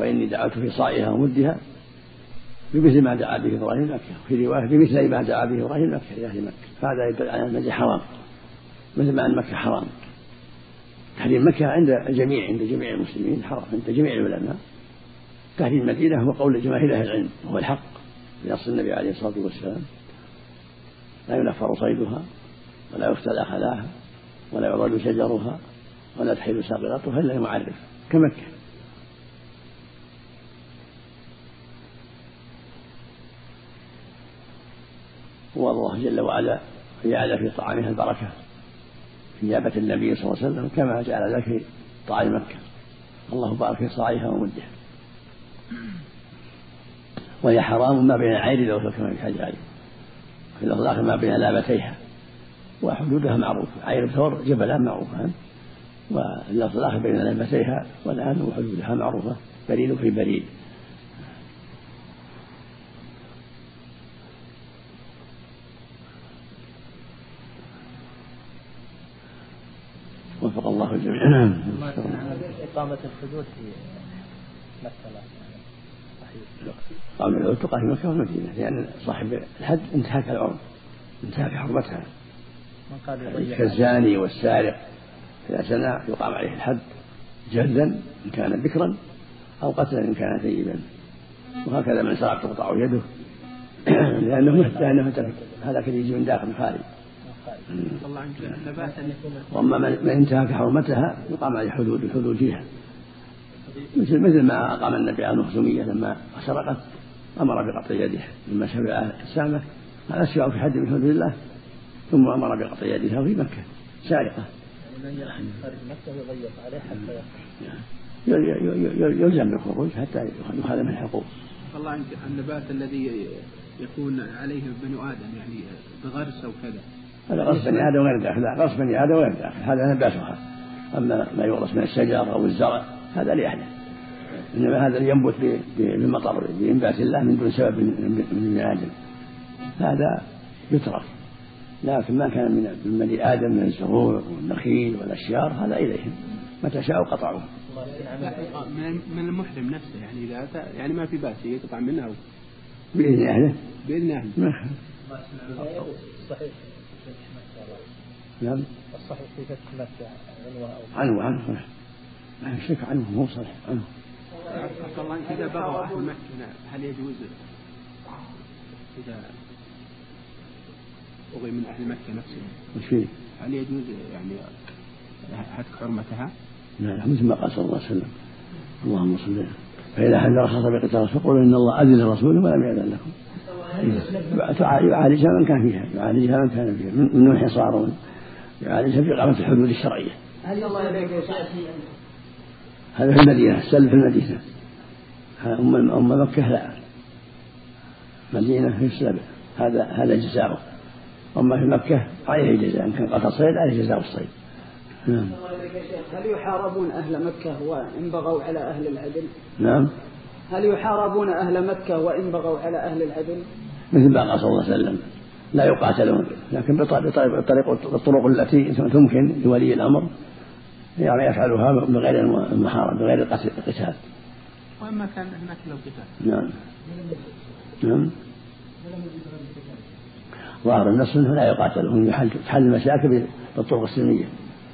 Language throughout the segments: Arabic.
وإني دعوت في صاعها ومدها بمثل ما دعا به إبراهيم مكة، في رواية بمثل ما دعا به إبراهيم مكة لأهل مكة. فهذا يدل على أن حرام مثل ما أن مكة حرام. تحريم مكة عند الجميع، عند جميع المسلمين حرام، عند جميع العلماء. تحريم المدينة هو قول جماهير أهل العلم وهو الحق بنص النبي عليه الصلاة والسلام: لا ينفر صيدها ولا يفتل خلاها ولا يعضد شجرها ولا تحل ساقطتها إلا المعرف كمكة. والله جل وعلا جعل في طعامها البركة في نيابة النبي صلى الله عليه وسلم كما جعل ذلك في طعام مكة. الله بارك في صاعها ومدها. وهي حرام ما بين العين لو كما في الحج عليه في الأخلاق ما بين لابتيها، وحدودها معروفة. عين الثور جبلان معروفان، والأخلاق بين لابتيها والآن وحدودها معروفة، بريد في بريد. وفق الله الجميع. إقامة الحدود في مكة إقامة الحدود تقع في مكة والمدينة، لأن صاحب الحد انتهك العرض، انتهك حرمتها. كالزاني والسارق إذا زنى يقام عليه الحد جلدا إن كان بكرا أو قتلا إن كان ثيبا، وهكذا من سرق تقطع يده لأنه هذا كان يجي من داخل الخارج. وأما من انتهك حرمتها يقام عليه حدود فيها، مثل ما أقام النبي على المخزومية لما سرقت أمر بقطع يدها لما شبع السامة هذا الشيء في حد من حدود الله، ثم أمر بقطع يدها في مكة سارقة. يلزم بالخروج حتى يخالف الحقوق. الله عنك النبات الذي يكون عليه بنو آدم يعني بغرس أو كذا، هذا غرس بني آدم وغير داخل، غرس بني آدم وغير داخل، هذا نباتها. أما ما يغرس من الشجر أو الزرع هذا لأهله، إنما هذا ينبت بالمطر بإنبات الله من دون سبب من بني آدم هذا يترك. لكن ما كان من بني آدم من الزهور والنخيل والأشجار هذا إليهم متى شاءوا قطعوه. من المحرم نفسه يعني إذا يعني ما في بأس يقطع منه بإذن أهله. بإذن أهله. نعم. الصحيح في فتح مكة عنه ما شك عنه مو صحيح عنه. الله إذا بغوا أهل مكة هل يجوز إذا أغي من أهل مكة نفسهم وش فيه؟ هل يجوز يعني هتك حرمتها؟ لا مثل ما قال صلى الله عليه وسلم: اللهم صل عليه فإذا حد رخص بقتال فقولوا إن الله أذن لرسوله ولم يأذن لكم. يعالجها من كان فيها، يعالجها من كان فيها من حصار، يعالجها في إقامة الحدود الشرعية. هل الله يبارك هذا في المدينة، السلب في المدينة. أم مكة لا، مدينة في السلب هذا جزاؤه. أما في مكة عليه جزاء، إن كان قتل صيد عليه جزاء الصيد. نعم. هل يحاربون أهل مكة وإن بغوا على أهل العدل؟ نعم. هل يحاربون أهل مكة وإن بغوا على أهل العدل؟ مثل ما قال صلى الله عليه وسلم: لا يقاتلون، لكن بالطرق التي تمكن لولي الأمر يعني يفعلها بغير المحاربة بغير القتال. وإما كان هناك لو قتال. نعم. نعم. ظاهر النص أنه لا يقاتلون، يحل المشاكل بالطرق السلمية.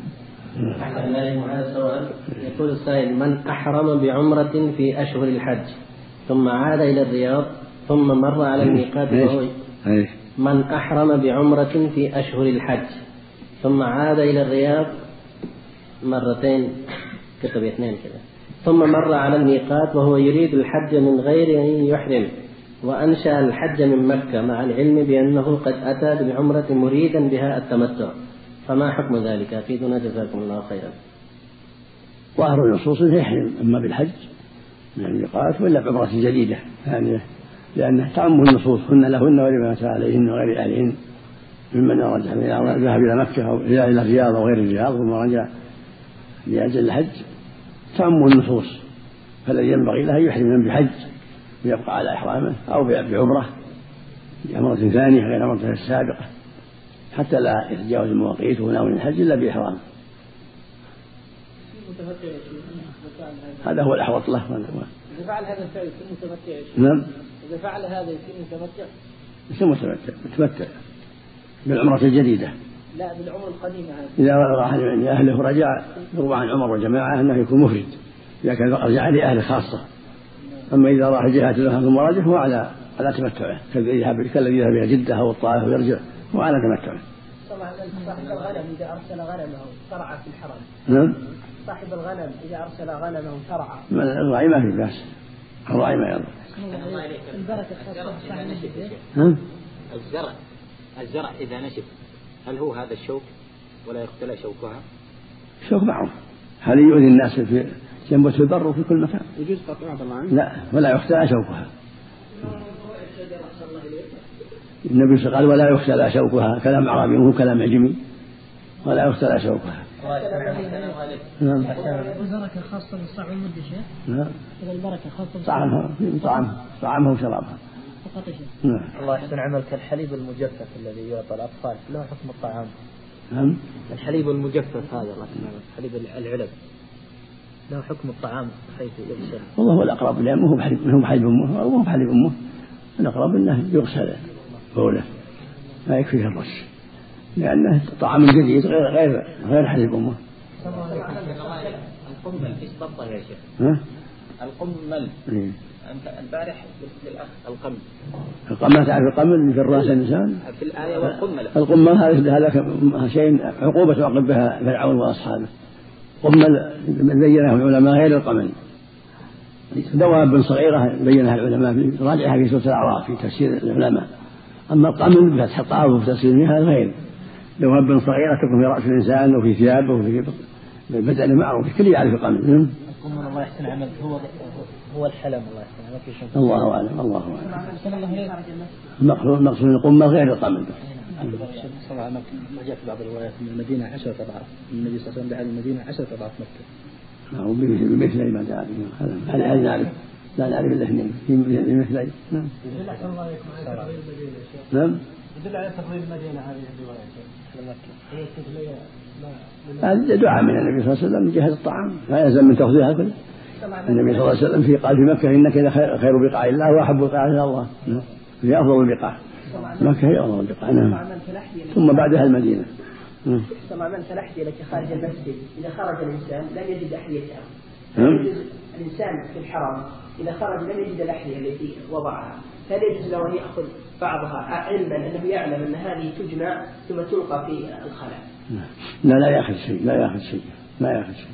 يقول السائل: من أحرم بعمرة في أشهر الحج ثم عاد إلى الرياض ثم مر على الميقات وهو من أحرم بعمرة في أشهر الحج ثم عاد إلى الرياض مرتين كتب اثنين كذا ثم مر على الميقات وهو يريد الحج من غير أن يحرم وأنشأ الحج من مكة مع العلم بأنه قد أتى بعمرة مريدا بها التمتع، فما حكم ذلك؟ أفيدنا جزاكم الله خيرا. ظاهر النصوص يحرم إما بالحج من الميقات وإلا بعمرة جديدة ثانية، لأنه تعم النصوص: هن لهن ولمن أتى عليهن وغير أهلهن ممن ذهب إلى مكة أو إلى الرياض أو غير الرياض ثم رجع لأجل الحج تعم النصوص، فالذي ينبغي له يحرم بحج ويبقى على إحرامه أو بعمرة ثانية غير عمرته السابقة حتى لا يتجاوز المواقيت وناوي الحج إلا بإحرام. هذا هو الأحوط له. إذا فعل هذا الفعل يكون متمتع. نعم. إذا فعل هذا يكون متمتع. يكون متمتع بالعمرة الجديدة. لا بالعمرة القديمة. إذا راح لأهله ورجع يروى عن عمر وجماعة أنه يكون مفرد إذا كان رجع لأهله خاصة. أما إذا راح جهة له ثم رجع هو على تمتعه كالذي يذهب إلى جدة أو الطائف ويرجع هو على تمتعه. صاحب الغنم إذا أرسل غنمه شرع في الحرم. نعم. صاحب الغنم إذا أرسل غنمه شرع. الراعي ما في بأس. الراعي ما يضر. البركة خاصة. الزرع إذا نشف هل هو هذا الشوك ولا يختلى شوكها؟ شوك معروف. هل يؤذي الناس في ينبت في البر وفي كل مكان؟ يجوز قطعها بالله؟ لا ولا يختلى شوكها. النبي قال ولا يختلى شوكها كلام عربي وهو كلام عجمي ولا يختلى شوكها. نعم. البركة خاصة بالصعب والمد شيخ. نعم. البركة خاصة طعامها وشرابها. فقط شيخ. نعم. الله يحسن عملك. الحليب المجفف الذي يعطى الأطفال له حكم الطعام؟ نعم. الحليب المجفف هذا الله يحسن عملك حليب العلب له حكم الطعام حيث يغسل؟ والله هو الأقرب لأنه هو بحليب أمه أو هو بحليب أمه الأقرب أنه يغسل بوله ما يكفيه الرش لأنه طعام جديد غير حليب أمه. القمل ايش ضبطه يا شيخ؟ القمل البارح قلت القمل تعرف القمل في الرأس الإنسان في الآية والقمل. القمل هذا شيء عقوبة عقب بها فرعون وأصحابه. قمل بينه العلماء غير القمل دواب صغيرة بينها العلماء راجعها في سورة الأعراف في تفسير العلماء. أما القمل بفتح الطاء وفي تفسيرها غير دواب صغيرة تكون في رأس الإنسان وفي ثيابه وفي بدنه معروف كل يعرف القمل. القمل الله يحسن عملك هو الحلم الله يحسن عملك. الله أعلم. الله أعلم. المقصود القمل غير القمل. وجاء في بعض الروايات من المدينة 10 أضعاف النبي صلى الله عليه وسلم دعا المدينة 10 أضعاف مكة. نعم بمثل ما دعا هل نعرف لا نعرف إلا اثنين بمثل. نعم. نعم. يدل على تفضيل المدينة هذه الرواية. هذا دعاء من النبي صلى الله عليه وسلم من جهة الطعام لا يلزم من تفضيلها كله. النبي صلى الله عليه وسلم قال في مكة إنك خير بقاع الله وأحب بقاع إلى الله. هي أفضل البقاع. مكة هي أفضل البقاع. نعم. ثم بعدها المدينة. سمع من فلحت لك خارج المسجد إذا خرج الإنسان لم يجد أحذيته. الإنسان في الحرم إذا خرج لم يجد الأحذية التي وضعها فلا يجوز له أن يأخذ بعضها علما أنه يعلم أن هذه تجمع ثم تلقى في الخلاء. لا يأخذ شيء.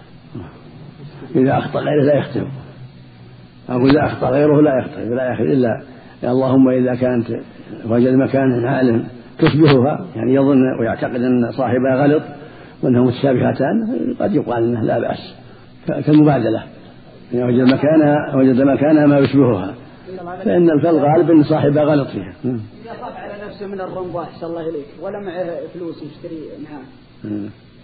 إذا أخطأ غيره لا يخطئ أو إذا أخطأ غيره لا يخطئ ولا يأخذ إلا اللهم إذا كانت وجد مكان عالم تشبهها يعني يظن ويعتقد أن صاحبها غلط وأنه متشابهتان قد يقال أنه لا بأس كالمبادلة يعني وجد مكانها ما يشبهها فإن الغالب أن صاحبها غلط فيها. إذا خاف على نفسه من الرمضة أحسن الله إليك ولا معه فلوس يشتري معاه.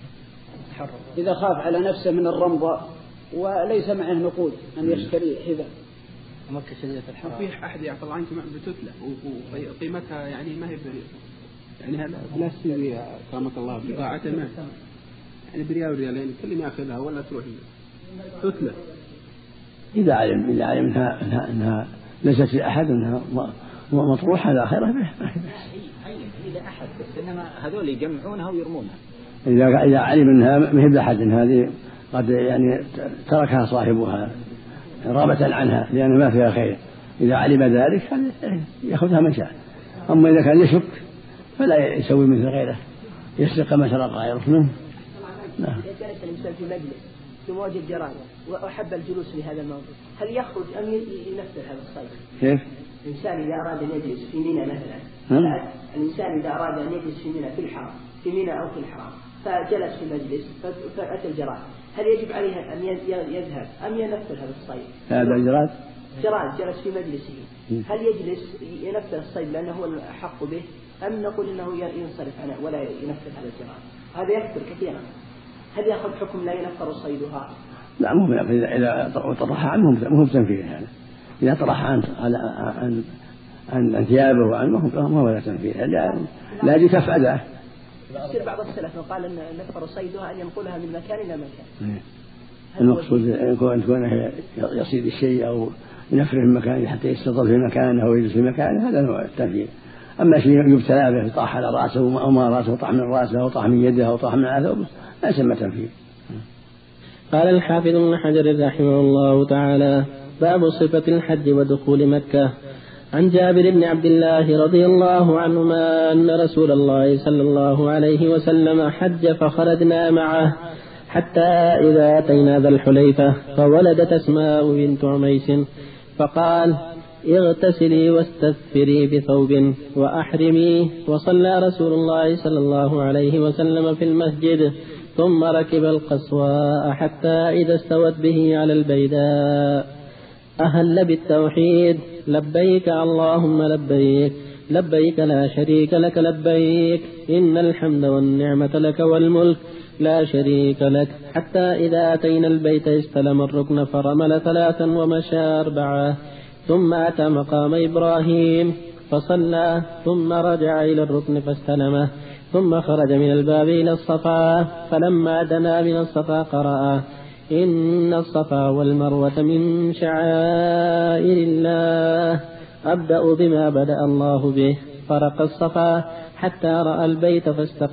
إذا خاف على نفسه من الرمضة وليس معه نقود أن يشتري حذاء. مكة شديدة الحر. في أحد يعفى عنك بتتلة وقيمتها يعني ما هي يعني هذا لا تسوي كرمك الله بضاعته ما يعني بريال وريالين كل يأخذها ولا تروح تتلة. إذا علم أنها ليست لأحد أنها مطروحة لا خير به. إذا أحد بس إنما هذول يجمعونها ويرمونها. إذا علم أنها ما هي بأحد هذه قد يعني تركها صاحبها رغبة عنها لأن ما فيها خير. إذا علم ذلك يأخذها من شاء. أما إذا كان يشك فلا يسوي مثل غيره يسرق ما سرق غيره. إذا جلس الإنسان في مجلس ثم وجد جرائم وأحب الجلوس لهذا الموضوع هل يخرج أم ينفذ هذا الصيد؟ كيف؟ الإنسان إذا أراد أن يجلس في منى مثلا الإنسان إذا أراد أن يجلس في منى في الحرم في منى أو في الحرم فجلس في مجلس فأتى الجراد هل يجب عليه أن يذهب أم ينفذ هذا الصيد؟ هذا جراد جلس في مجلسه هل يجلس ينفذ الصيد لأنه هو الأحق به أم نقول أنه ينصرف عنه ولا ينفذ هذا الجراد؟ هذا يكثر كثيرا. هل يأخذ حكم لا ينفر صيدها؟ لا مو إذا طرح عنه مو بتنفيذ يعني. إذا طرح عن ثيابه وعنه ما هو تنفيذ لا يجي كفأده. يصير بعض السلف قال أن نفر صيدها أن ينقلها من مكان إلى مكان. المقصود أن كونه يصيد الشيء أو ينفره من مكانه حتى يستظل في مكانه أو يجلس في مكانه، هذا نوع التنفير. أما شيء يبتلى به طاح على رأسه أو ما رأسه طاح من رأسه أو طاح من يده أو طاح من عثوبه لا يسمى تنفير. قال الحافظ ابن حجر رحمه الله تعالى: باب صفة الحج ودخول مكة. عن جابر بن عبد الله رضي الله عنهما أن رسول الله صلى الله عليه وسلم حج فخرجنا معه حتى إذا أتينا ذا الحليفة فولدت أسماء بنت عميس فقال: اغتسلي واستثفري بثوب وأحرمي. وصلى رسول الله صلى الله عليه وسلم في المسجد ثم ركب القصواء حتى إذا استوت به على البيداء أهل بالتوحيد: لبيك اللهم لبيك لبيك لا شريك لك لبيك إن الحمد والنعمة لك والملك لا شريك لك. حتى إذا أتينا البيت استلم الركن فرمل 3 ومشى 4 ثم أتى مقام إبراهيم فصلى ثم رجع إلى الركن فاستلمه ثم خرج من الباب إلى الصفا فلما دنا من الصفا قرأ: إن الصفا والمروة من شعائر الله أبدأ بما بدأ الله به. فرق الصفا حتى رأى البيت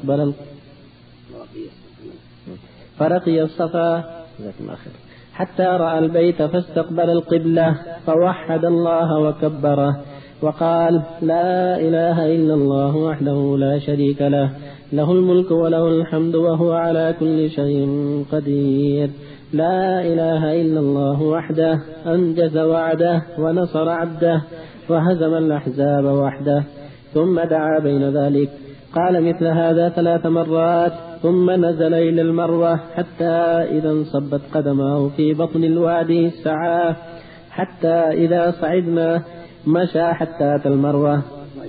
فرقي الصفا حتى رأى البيت فاستقبل القبلة فوحد الله وكبره وقال: لا إله إلا الله وحده لا شريك له له الملك وله الحمد وهو على كل شيء قدير. لا إله إلا الله وحده أنجز وعده ونصر عبده وهزم الأحزاب وحده. ثم دعا بين ذلك قال مثل هذا 3 مرات ثم نزل إلى المروة حتى إذا انصبت قدماه في بطن الوادي سعى حتى إذا صعدنا مشى حتى أتى المروة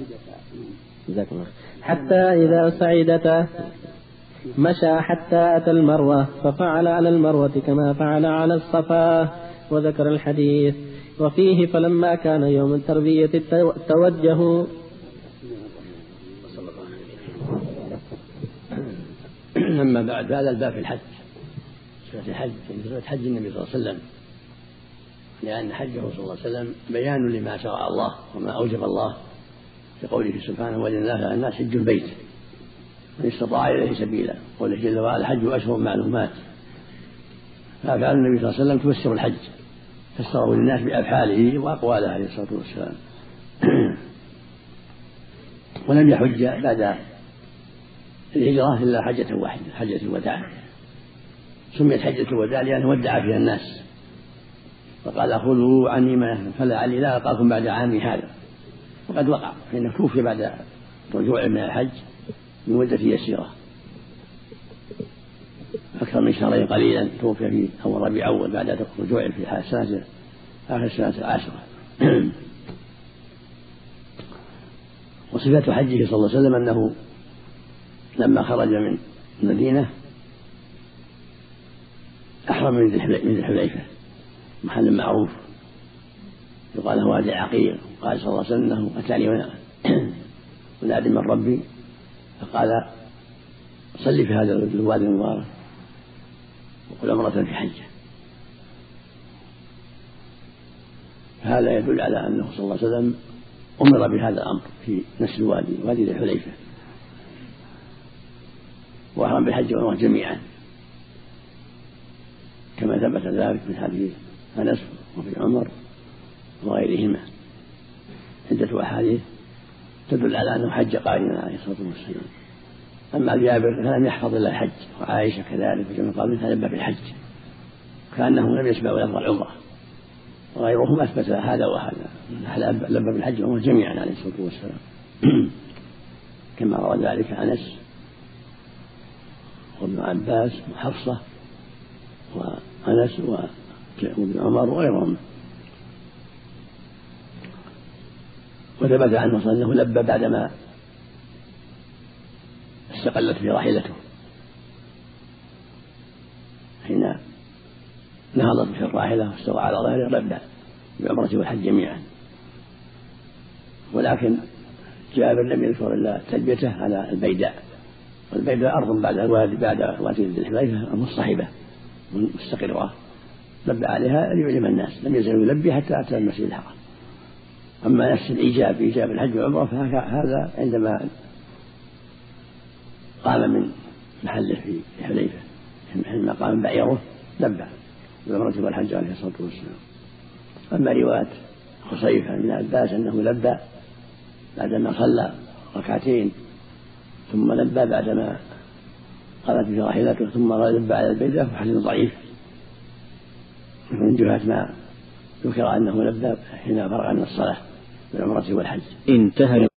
حتى إذا صعدت مشى حتى أتى المروة ففعل على المروة كما فعل على الصفا. وذكر الحديث وفيه: فلما كان يوم التربية توجهوا. أما بعد هذا الباب في الحج، صفة الحج صفة حج النبي صلى الله عليه وسلم، لأن حجه صلى الله عليه وسلم بيان لما شرع الله وما أوجب الله في قوله سبحانه: ولله على الناس حج البيت من استطاع إليه سبيلا. قوله جل وعلا: الحج أشهر معلومات. فأفعال النبي صلى الله عليه وسلم تفسر الحج، فسره للناس بأفعاله وأقواله عليه الصلاة والسلام. ولم يحج بعد الهجرة إلا حجة واحدة، حجة الوداع. سميت حجة الوداع لأنه ودع فيها الناس فقال: خذوا عني ما فلعلي لا ألقاكم بعد عامي هذا. وقد وقع فإنه توفي بعد رجوعه من الحج بمدة يسيرة أكثر من 2 شهرين قليلا، توفي في أول ربيع أول بعد رجوعه في آخر السنة 10. وصفة حجه صلى الله عليه وسلم أنه لما خرج من المدينة أحرم من ذي الحليفة، محل معروف يقال له وادي عقيق. قال صلى الله عليه وسلم أنه أتاني ونادي من ربي فقال: صلي في هذا الوادي المبارك وقل عمرة في حجة. هذا يدل على أنه صلى الله عليه وسلم أمر بهذا الأمر في نفس وادي ذي الحليفة، وأحرم بالحج والعمرة جميعا كما ثبت ذلك في حديث أنس وفي عمر وغيرهما عدة أحاديث تدل على أنه حج قارنا عليه الصلاة والسلام. أما جابر فلم يحفظ إلا الحج، وعائشة كذلك وجميع قبلها لبى بالحج كأنه لم يسبق لفظ العمرة، وغيرهم أثبت هذا وهذا لبى بالحج والعمرة جميعا عليه الصلاة والسلام كما روى ذلك أنس وابن عباس وحفصة وأنس وابن عمر وغيرهم. وثبت عنه أنه لبى بعدما استقلت في راحلته حين نهضت في الراحلة واستوى على ظهره، لبى بعمرة والحج جميعا. ولكن جابر لم يذكر إلا تلبيته على البيداء، والبيداء أرض بعد وادي ذي الحليفة مصطحبة مستقرة لبى عليها ليعلم الناس، لم يزل يلبي حتى أتى المسجد الحرام. أما نفس إيجاب الحج والعمرة فهذا عندما قام من محله في حليفة حينما قام بعيره لبى بالعمرة والحج عليه الصلاة والسلام. أما رواية خصيف عن ابن عباس أنه لبى بعدما صلى ركعتين ثم لبى بعدما قامت به راحلته ثم لبى على البيدة وحديث ضعيف من جهة ما ذكر أنه لبى حين فرغ من الصلاة بالعمرة والحج. انتهى.